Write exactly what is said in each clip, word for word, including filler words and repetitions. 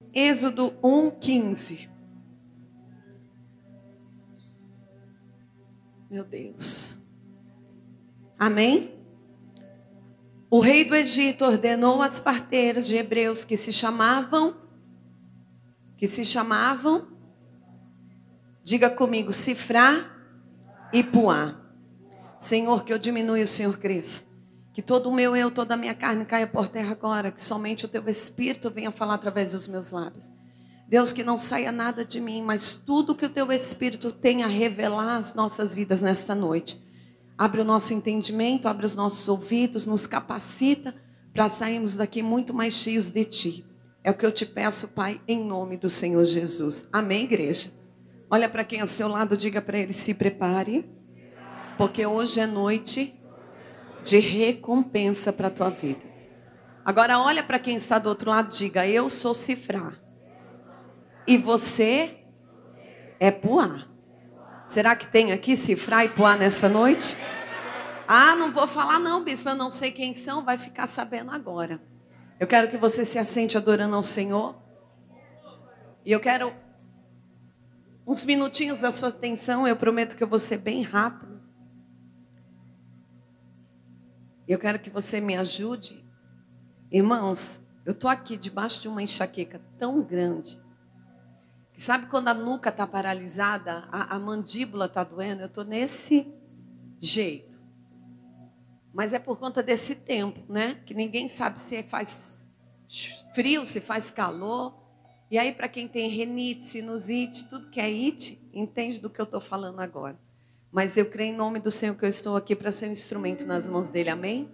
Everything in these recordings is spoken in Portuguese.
Êxodo um, quinze. Meu Deus. Amém? O rei do Egito ordenou às parteiras de hebreus que se chamavam, que se chamavam, diga comigo, Sifrá e Puá. Senhor, que eu diminua e o Senhor cresça. Que todo o meu eu, toda a minha carne caia por terra agora. Que somente o teu Espírito venha falar através dos meus lábios. Deus, que não saia nada de mim, mas tudo que o teu Espírito tem a revelar às nossas vidas nesta noite. Abre o nosso entendimento, abre os nossos ouvidos, nos capacita para sairmos daqui muito mais cheios de ti. É o que eu te peço, Pai, em nome do Senhor Jesus. Amém, igreja? Olha para quem ao seu lado, diga para ele, se prepare, porque hoje é noite de recompensa para a tua vida. Agora olha para quem está do outro lado, diga, eu sou Sifrá. E você é Puá. Será que tem aqui Sifrá e Puá nessa noite? Ah, não vou falar não, bispo, eu não sei quem são, vai ficar sabendo agora. Eu quero que você se assente adorando ao Senhor. E eu quero uns minutinhos da sua atenção, eu prometo que eu vou ser bem rápido. Eu quero que você me ajude. Irmãos, eu estou aqui debaixo de uma enxaqueca tão grande. Que sabe quando a nuca está paralisada, a, a mandíbula está doendo? Eu estou nesse jeito. Mas é por conta desse tempo, né? Que ninguém sabe se faz frio, se faz calor. E aí para quem tem renite, sinusite, tudo que é it, entende do que eu estou falando agora. Mas eu creio em nome do Senhor que eu estou aqui para ser um instrumento nas mãos dele, amém?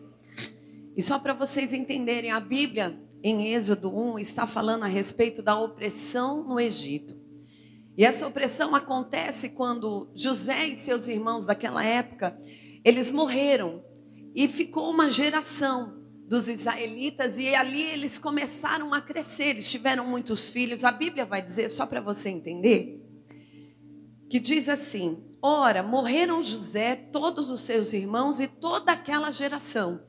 E só para vocês entenderem, a Bíblia, em Êxodo um, está falando a respeito da opressão no Egito. E essa opressão acontece quando José e seus irmãos daquela época, eles morreram. E ficou uma geração dos israelitas e ali eles começaram a crescer. Eles tiveram muitos filhos. A Bíblia vai dizer, só para você entender, que diz assim, ora, morreram José, todos os seus irmãos e toda aquela geração.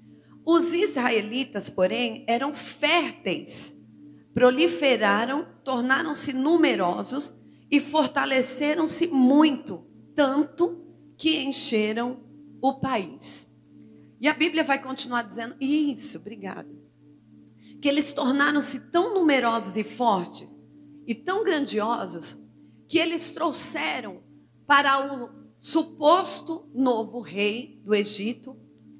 Os israelitas, porém, eram férteis, proliferaram, tornaram-se numerosos e fortaleceram-se muito, tanto que encheram o país. E a Bíblia vai continuar dizendo, isso, obrigada, que eles tornaram-se tão numerosos e fortes e tão grandiosos que eles trouxeram para o suposto novo rei do Egito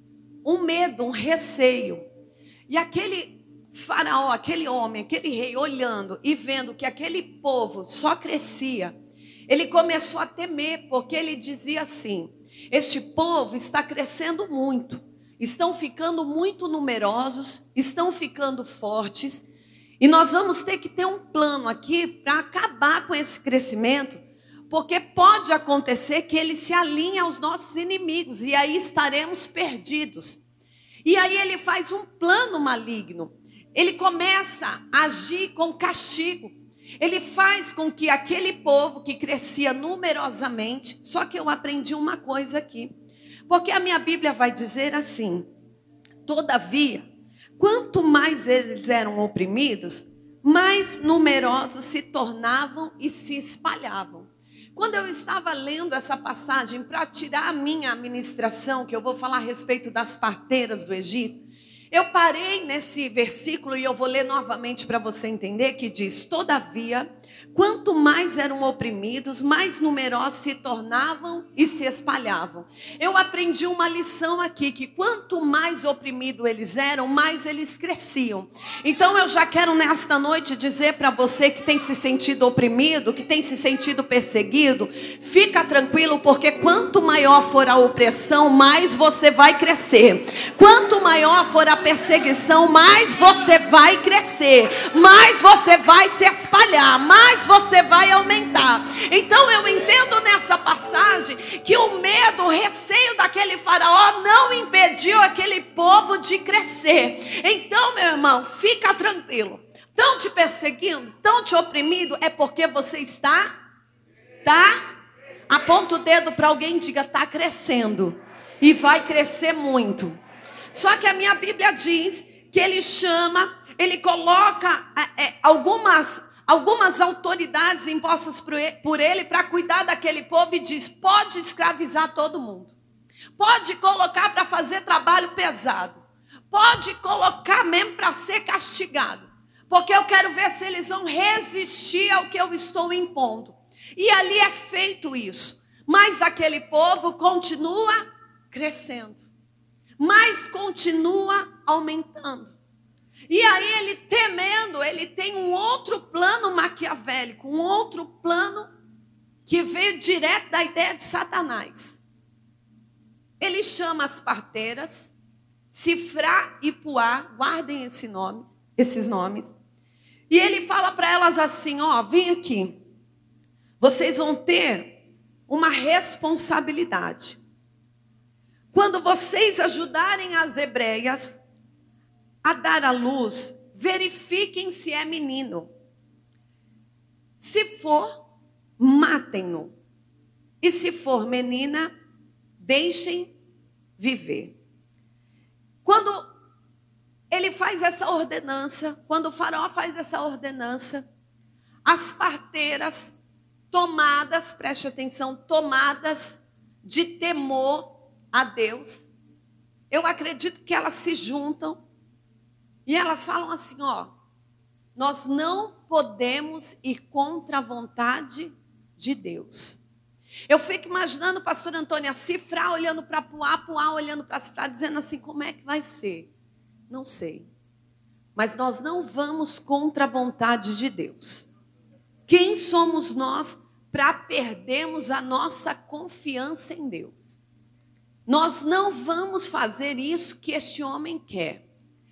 um medo, um receio. E aquele faraó, aquele homem, aquele rei olhando e vendo que aquele povo só crescia, ele começou a temer, porque ele dizia assim, este povo está crescendo muito, estão ficando muito numerosos, estão ficando fortes, e nós vamos ter que ter um plano aqui para acabar com esse crescimento, porque pode acontecer que ele se alinhe aos nossos inimigos, e aí estaremos perdidos. E aí ele faz um plano maligno, ele começa a agir com castigo, ele faz com que aquele povo que crescia numerosamente, só que eu aprendi uma coisa aqui, porque a minha Bíblia vai dizer assim, todavia, quanto mais eles eram oprimidos, mais numerosos se tornavam e se espalhavam. Quando eu estava lendo essa passagem para tirar a minha ministração, que eu vou falar a respeito das parteiras do Egito, eu parei nesse versículo e eu vou ler novamente para você entender, que diz, todavia, quanto mais eram oprimidos, mais numerosos se tornavam e se espalhavam. Eu aprendi uma lição aqui, que quanto mais oprimidos eles eram, mais eles cresciam. Então eu já quero nesta noite dizer para você que tem se sentido oprimido, que tem se sentido perseguido, fica tranquilo, porque quanto maior for a opressão, mais você vai crescer. Quanto maior for a perseguição, mais você vai crescer, mais você vai se espalhar, mais você vai aumentar. Então eu entendo nessa passagem que o medo, o receio daquele faraó não impediu aquele povo de crescer. Então, meu irmão, fica tranquilo. Estão te perseguindo, estão te oprimindo, é porque você está, tá? Aponta o dedo para alguém e diga, está crescendo. E vai crescer muito. Só que a minha Bíblia diz que ele chama ele coloca é, algumas, algumas autoridades impostas por ele para cuidar daquele povo e diz: pode escravizar todo mundo, pode colocar para fazer trabalho pesado, pode colocar mesmo para ser castigado, porque eu quero ver se eles vão resistir ao que eu estou impondo. E ali é feito isso, mas aquele povo continua crescendo, mas continua aumentando. E aí ele, temendo, ele tem um outro plano maquiavélico, um outro plano que veio direto da ideia de Satanás. Ele chama as parteiras, Sifrá e Puá, guardem esse nome, esses nomes, e ele fala para elas assim: ó, vem aqui, vocês vão ter uma responsabilidade. Quando vocês ajudarem as hebreias a dar à luz, verifiquem se é menino. Se for, matem-no. E se for menina, deixem viver. Quando ele faz essa ordenança, quando o faraó faz essa ordenança, as parteiras tomadas, preste atenção, tomadas de temor a Deus, eu acredito que elas se juntam e elas falam assim: ó, nós não podemos ir contra a vontade de Deus. Eu fico imaginando, pastor Antônio, a Sifrá olhando para Puá, Puá olhando para Sifrá, dizendo assim: como é que vai ser? Não sei. Mas nós não vamos contra a vontade de Deus. Quem somos nós para perdermos a nossa confiança em Deus? Nós não vamos fazer isso que este homem quer.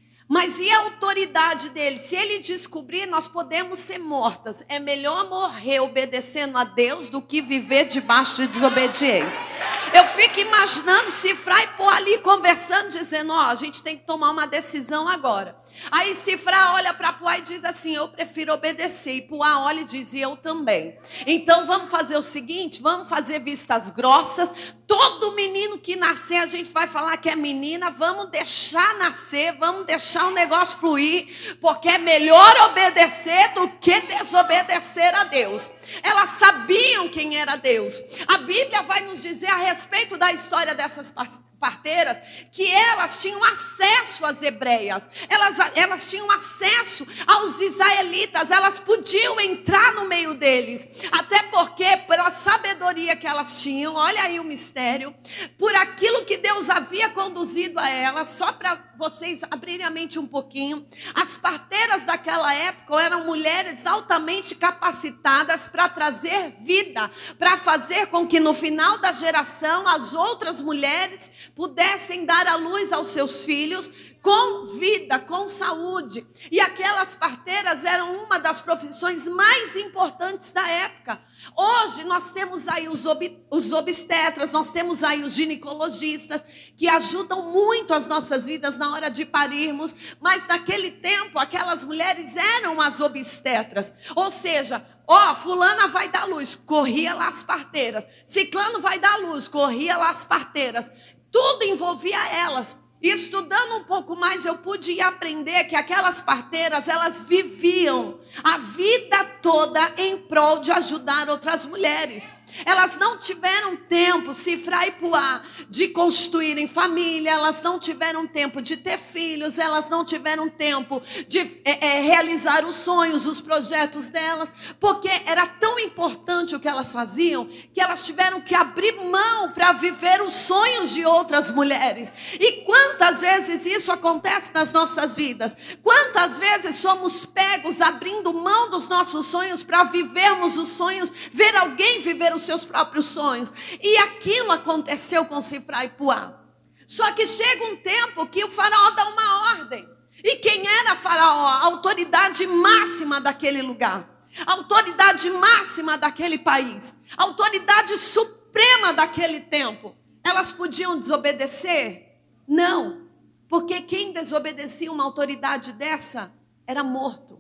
Mas e a autoridade dele? Se ele descobrir, nós podemos ser mortas. É melhor morrer obedecendo a Deus do que viver debaixo de desobediência. Eu fico imaginando Sifrá e Puá ali conversando, dizendo: ó, a gente tem que tomar uma decisão agora. Aí Sifrá olha para Puá e diz assim: eu prefiro obedecer. E Puá olha e diz: eu também. Então vamos fazer o seguinte, vamos fazer vistas grossas. Todo menino que nascer, a gente vai falar que é menina. Vamos deixar nascer, vamos deixar o negócio fluir, porque é melhor obedecer do que desobedecer a Deus. Elas sabiam quem era Deus. A Bíblia vai nos dizer a respeito da história dessas parteiras, que elas tinham acesso às hebreias, elas, elas tinham acesso aos israelitas, elas podiam entrar no meio deles, até porque pela sabedoria que elas tinham, olha aí o mistério, por aquilo que Deus havia conduzido a elas. Só para vocês abrirem a mente um pouquinho, as parteiras daquela época eram mulheres altamente capacitadas para trazer vida, para fazer com que no final da geração as outras mulheres pudessem dar à luz aos seus filhos com vida, com saúde. E aquelas parteiras eram uma das profissões mais importantes da época. Hoje nós temos aí os, ob, os obstetras, nós temos aí os ginecologistas, que ajudam muito as nossas vidas na hora de parirmos, mas naquele tempo aquelas mulheres eram as obstetras. Ou seja, ó, fulana vai dar luz, corria lá as parteiras. Ciclano vai dar luz, corria lá as parteiras. Tudo envolvia elas. Estudando um pouco mais, eu pude aprender que aquelas parteiras, elas viviam a vida toda em prol de ajudar outras mulheres. Elas não tiveram tempo, Sifrá e Puá, de constituírem família, elas não tiveram tempo de ter filhos, elas não tiveram tempo de é, é, realizar os sonhos, os projetos delas, porque era tão importante o que elas faziam, que elas tiveram que abrir mão para viver os sonhos de outras mulheres. E quantas vezes isso acontece nas nossas vidas? Quantas vezes somos pegos abrindo mão dos nossos sonhos para vivermos os sonhos, ver alguém viver os seus próprios sonhos? E aquilo aconteceu com Sifrá e Puá. Só que chega um tempo que o faraó dá uma ordem. E quem era faraó? A autoridade máxima daquele lugar, a autoridade máxima daquele país, a autoridade suprema daquele tempo. Elas podiam desobedecer? Não, porque quem desobedecia uma autoridade dessa era morto.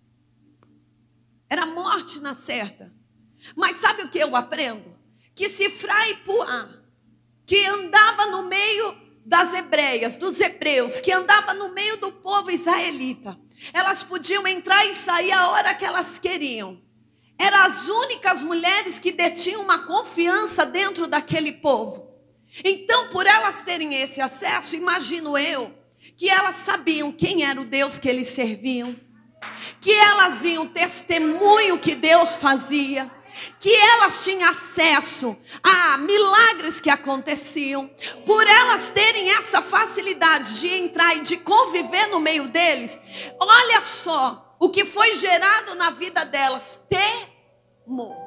Era morte na certa. Mas sabe o que eu aprendo? Que Sifrá e Puá, que andava no meio das hebreias, dos hebreus, que andava no meio do povo israelita, Elas podiam entrar e sair a hora que elas queriam. Eram as únicas mulheres que detinham uma confiança dentro daquele povo. Então, por elas terem esse acesso, imagino eu, que elas sabiam quem era o Deus que eles serviam, que elas viam o testemunho que Deus fazia, que elas tinham acesso a milagres que aconteciam. Por elas terem essa facilidade de entrar e de conviver no meio deles, olha só o que foi gerado na vida delas: temor.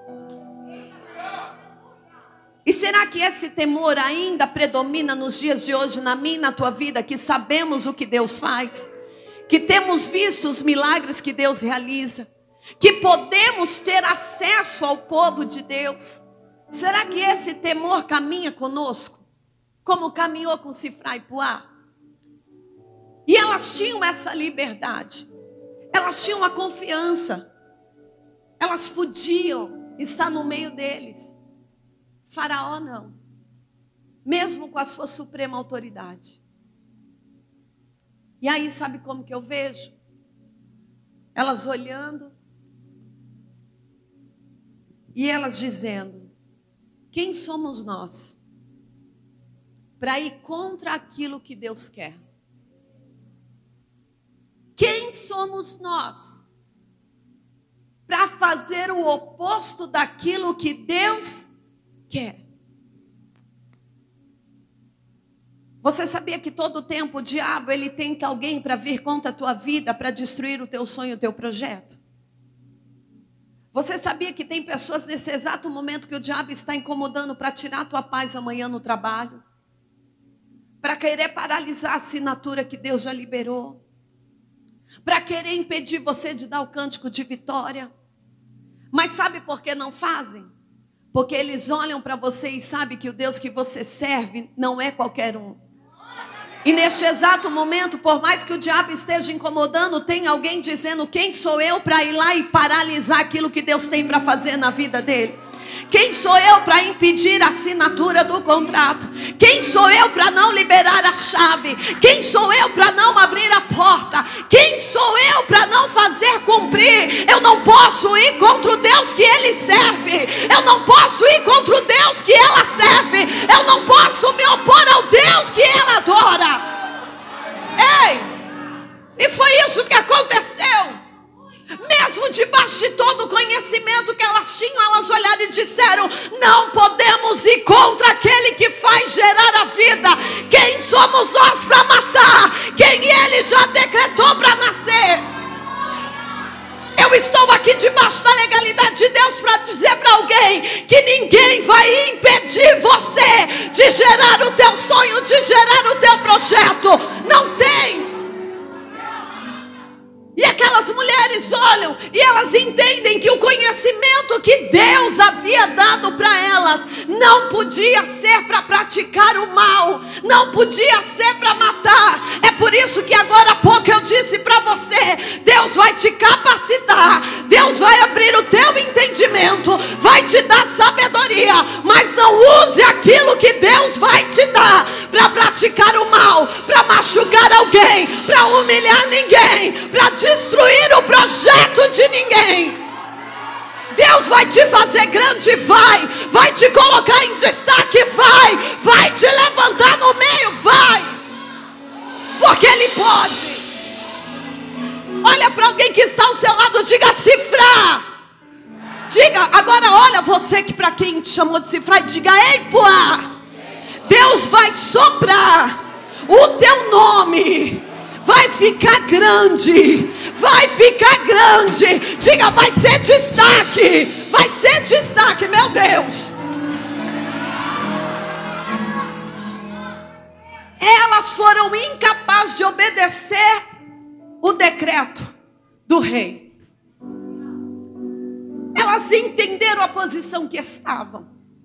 E será que esse temor ainda predomina nos dias de hoje, na minha e na tua vida, que sabemos o que Deus faz, que temos visto os milagres que Deus realiza, que podemos ter acesso ao povo de Deus? Será que esse temor caminha conosco, como caminhou com Sifra e Puá? E elas tinham essa liberdade, elas tinham a confiança, elas podiam estar no meio deles. Faraó não, mesmo com a sua suprema autoridade. E aí, sabe como que eu vejo? Elas olhando e elas dizendo: quem somos nós para ir contra aquilo que Deus quer? Quem somos nós para fazer o oposto daquilo que Deus quer? Você sabia que todo tempo o diabo ele tenta alguém para vir contra a tua vida, para destruir o teu sonho, o teu projeto? Você sabia que tem pessoas nesse exato momento que o diabo está incomodando para tirar a tua paz amanhã no trabalho, para querer paralisar a assinatura que Deus já liberou, para querer impedir você de dar o cântico de vitória? Mas sabe por que não fazem? Porque eles olham para você e sabem que o Deus que você serve não é qualquer um. E neste exato momento, por mais que o diabo esteja incomodando, tem alguém dizendo: quem sou eu para ir lá e paralisar aquilo que Deus tem para fazer na vida dele? Quem sou eu para impedir a assinatura do contrato? Quem sou eu para não liberar a chave? Quem sou eu para não abrir a porta? Quem sou eu para não fazer cumprir? Eu não posso ir contra o Deus que ele serve. Eu não posso ir contra o Deus que ela serve. Eu não posso me opor ao Deus que ela adora. Ei! E foi isso que aconteceu. Mesmo debaixo de todo o conhecimento que elas tinham, elas olharam e disseram: não podemos ir contra aquele que faz gerar a vida. Quem somos nós para matar quem ele já decretou para nascer? Eu estou aqui debaixo da legalidade de Deus para dizer para alguém que ninguém vai impedir você de gerar o teu sonho, de gerar o teu projeto. Não tem. E aquelas mulheres olham e elas entendem que o conhecimento que Deus havia dado para elas não podia ser para praticar o mal, não podia ser para matar. É por isso que agora há pouco eu disse para você: Deus vai te capacitar, Deus vai abrir o teu entendimento, vai te dar sabedoria, mas não use aquilo que Deus vai te dar para praticar o mal, para machucar alguém, para humilhar ninguém, para destruir o projeto de ninguém. Deus vai te fazer grande, vai, vai te colocar em destaque, vai, vai te levantar no meio, vai, porque Ele pode. Olha para alguém que está ao seu lado, diga: Sifra. Diga, agora olha você que para quem te chamou de Sifra, e diga: ei, Puá, Deus vai soprar o teu nome. Vai ficar grande, vai ficar grande. Diga: vai ser destaque, vai ser destaque, meu Deus. Elas foram incapazes de obedecer o decreto do rei. Elas entenderam a posição que estavam.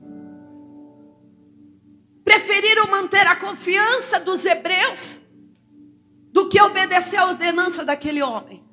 Preferiram manter a confiança dos hebreus do que obedecer a ordenança daquele homem.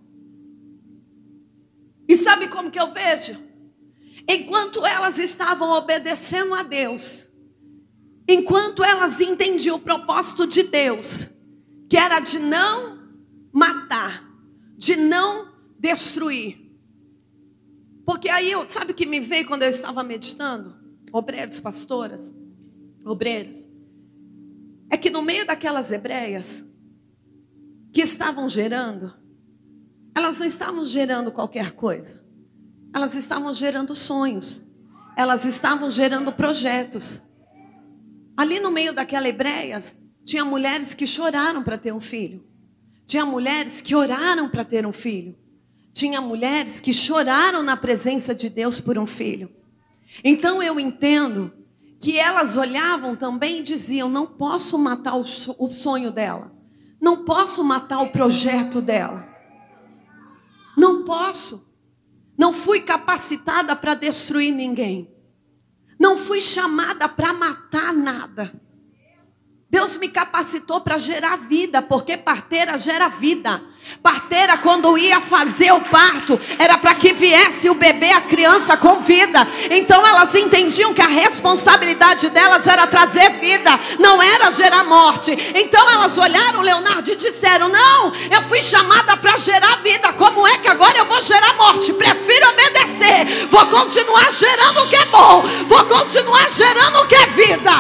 E sabe como que eu vejo? Enquanto elas estavam obedecendo a Deus, enquanto elas entendiam o propósito de Deus, que era de não matar, de não destruir. Porque aí, eu, sabe o que me veio quando eu estava meditando? Obreiros, pastoras, obreiras. É que no meio daquelas hebreias que estavam gerando, elas não estavam gerando qualquer coisa. Elas estavam gerando sonhos. Elas estavam gerando projetos. Ali no meio daquela hebreias, tinha mulheres que choraram para ter um filho. Tinha mulheres que oraram para ter um filho. Tinha mulheres que choraram na presença de Deus por um filho. Então eu entendo que elas olhavam também e diziam: não posso matar o sonho dela. Não posso matar o projeto dela. Não posso. Não fui capacitada para destruir ninguém. Não fui chamada para matar nada. Deus me capacitou para gerar vida, porque parteira gera vida. Parteira, quando ia fazer o parto, era para que viesse o bebê, a criança com vida. Então elas entendiam que a responsabilidade delas era trazer vida, não era gerar morte. Então elas olharam Leonardo e disseram: não, eu fui chamada para gerar vida. Como é que agora eu vou gerar morte? Prefiro obedecer. Vou continuar gerando o que é bom. Vou continuar gerando o que é vida.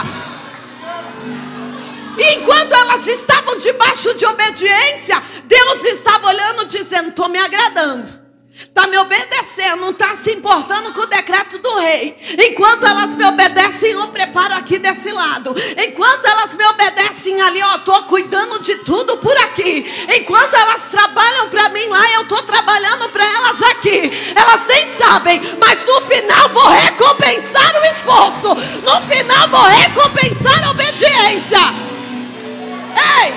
E enquanto elas estavam debaixo de obediência, Deus estava olhando, dizendo: estou me agradando, está me obedecendo, não está se importando com o decreto do rei. Enquanto elas me obedecem, eu preparo aqui desse lado. Enquanto elas me obedecem ali, eu estou cuidando de tudo por aqui. Enquanto elas trabalham para mim lá, eu estou trabalhando para elas aqui. Elas nem sabem, mas no final vou recompensar o esforço. No final vou recompensar a obediência. Ei!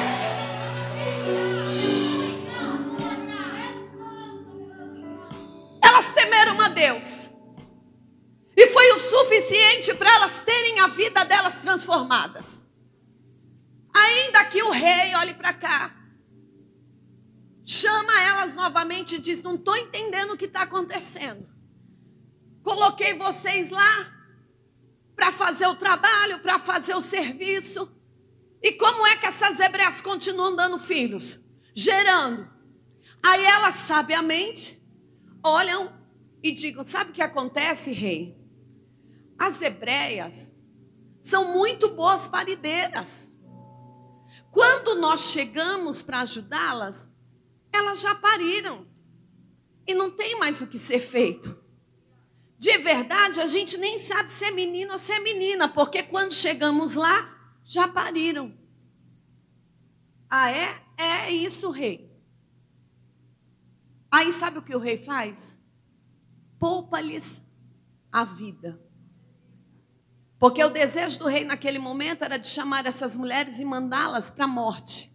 Elas temeram a Deus. E foi o suficiente para elas terem a vida delas transformadas. Ainda que o rei olhe para cá, chama elas novamente e diz: não estou entendendo o que está acontecendo. Coloquei vocês lá para fazer o trabalho, para fazer o serviço. E como é que essas hebreias continuam dando filhos? Gerando. Aí elas sabiamente olham e digam: sabe o que acontece, rei? As hebreias são muito boas parideiras. Quando nós chegamos para ajudá-las, elas já pariram. E não tem mais o que ser feito. De verdade, a gente nem sabe se é menino ou se é menina, porque quando chegamos lá, já pariram. Ah, é? É isso, rei. Aí sabe o que o rei faz? Poupa-lhes a vida. Porque o desejo do rei naquele momento era de chamar essas mulheres e mandá-las para a morte.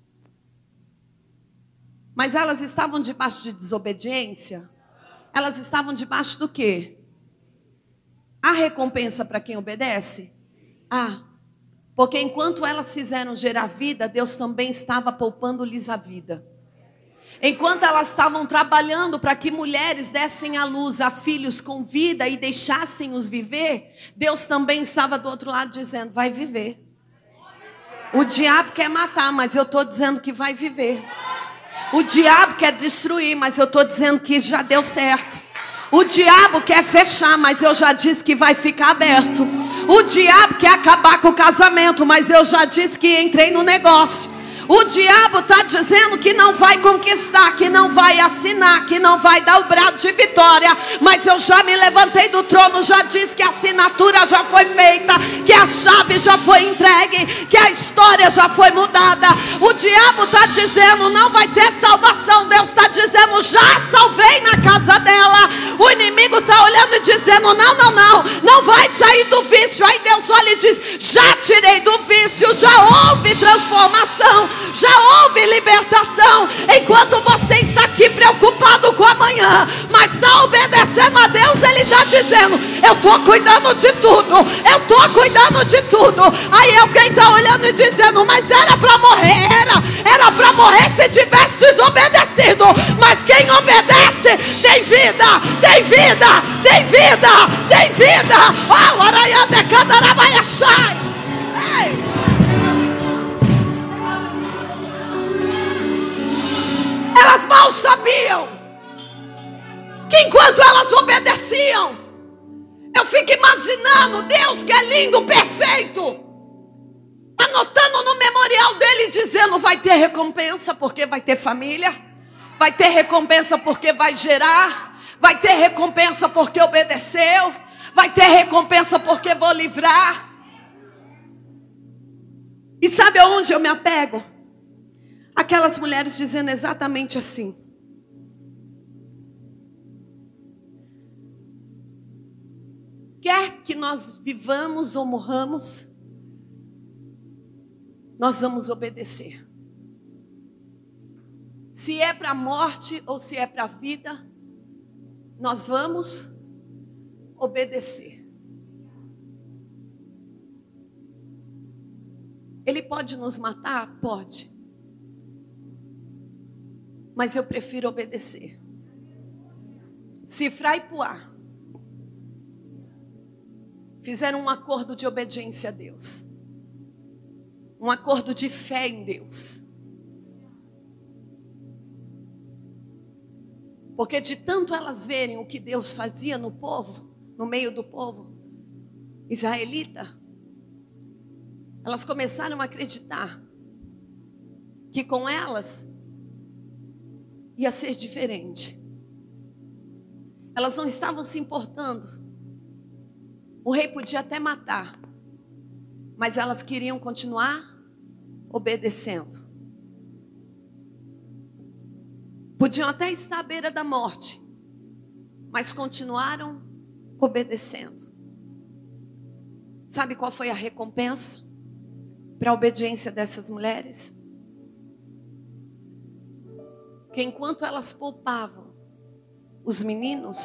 Mas elas estavam debaixo de desobediência? Elas estavam debaixo do quê? A recompensa para quem obedece? Ah, porque enquanto elas fizeram gerar vida, Deus também estava poupando-lhes a vida. Enquanto elas estavam trabalhando para que mulheres dessem à luz a filhos com vida e deixassem-os viver, Deus também estava do outro lado dizendo: vai viver. O diabo quer matar, mas eu estou dizendo que vai viver. O diabo quer destruir, mas eu estou dizendo que já deu certo. O diabo quer fechar, mas eu já disse que vai ficar aberto. O diabo quer acabar com o casamento, mas eu já disse que entrei no negócio. O diabo está dizendo que não vai conquistar, que não vai assinar, que não vai dar o brado de vitória. Mas eu já me levantei do trono, já disse que a assinatura já foi feita, que a chave já foi entregue, que a história já foi mudada. O diabo está dizendo: não vai ter salvação. Deus está dizendo: já salvei na casa dela. O inimigo está olhando e dizendo: não, não, não, não vai sair do vício. Aí Deus olha e diz: já tirei do vício, já houve transformação, já houve libertação. Enquanto você está aqui preocupado com amanhã, mas está obedecendo a Deus, Ele está dizendo: eu estou cuidando de tudo, eu estou cuidando de tudo. Aí alguém está olhando e dizendo: mas era para morrer, era, era para morrer se tivesse desobedecido. Mas quem obedece tem vida, tem vida, tem vida, tem vida. Oh, araia de cadarabaiá sai. elas mal sabiam que enquanto elas obedeciam, eu fico imaginando Deus que é lindo, perfeito, anotando no memorial dele, dizendo: vai ter recompensa porque vai ter família, vai ter recompensa porque vai gerar, vai ter recompensa porque obedeceu, vai ter recompensa porque vou livrar. E sabe aonde eu me apego? Aquelas mulheres dizendo exatamente assim: quer que nós vivamos ou morramos, nós vamos obedecer. Se é para a morte ou se é para a vida, nós vamos obedecer. Ele pode nos matar? Pode. Mas eu prefiro obedecer. Sifra e Puá fizeram um acordo de obediência a Deus. Um acordo de fé em Deus. Porque de tanto elas verem o que Deus fazia no povo, no meio do povo israelita, elas começaram a acreditar que com elas ia ser diferente. Elas não estavam se importando. O rei podia até matar, mas elas queriam continuar obedecendo. Podiam até estar à beira da morte, mas continuaram obedecendo. Sabe qual foi a recompensa para a obediência dessas mulheres? Que enquanto elas poupavam os meninos,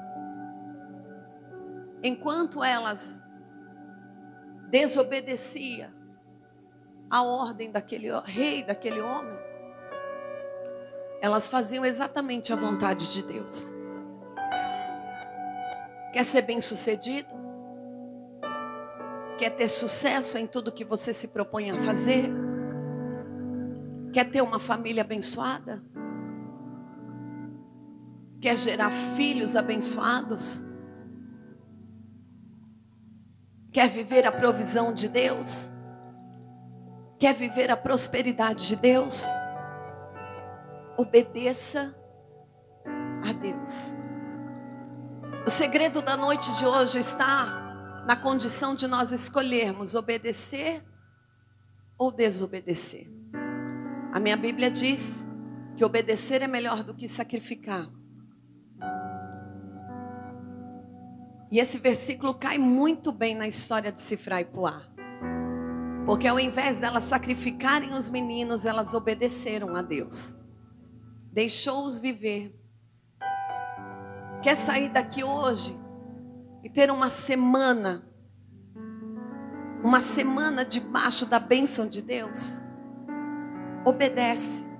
enquanto elas desobedeciam a ordem daquele rei, daquele homem, elas faziam exatamente a vontade de Deus. Quer ser bem-sucedido? Quer ter sucesso em tudo que você se propõe a fazer? Quer ter uma família abençoada? Quer gerar filhos abençoados? Quer viver a provisão de Deus? Quer viver a prosperidade de Deus? Obedeça a Deus. O segredo da noite de hoje está na condição de nós escolhermos obedecer ou desobedecer. A minha Bíblia diz que obedecer é melhor do que sacrificar. E esse versículo cai muito bem na história de Sifra e Puá. Porque ao invés delas sacrificarem os meninos, elas obedeceram a Deus. Deixou-os viver. Quer sair daqui hoje e ter uma semana, uma semana debaixo da bênção de Deus? Obedece.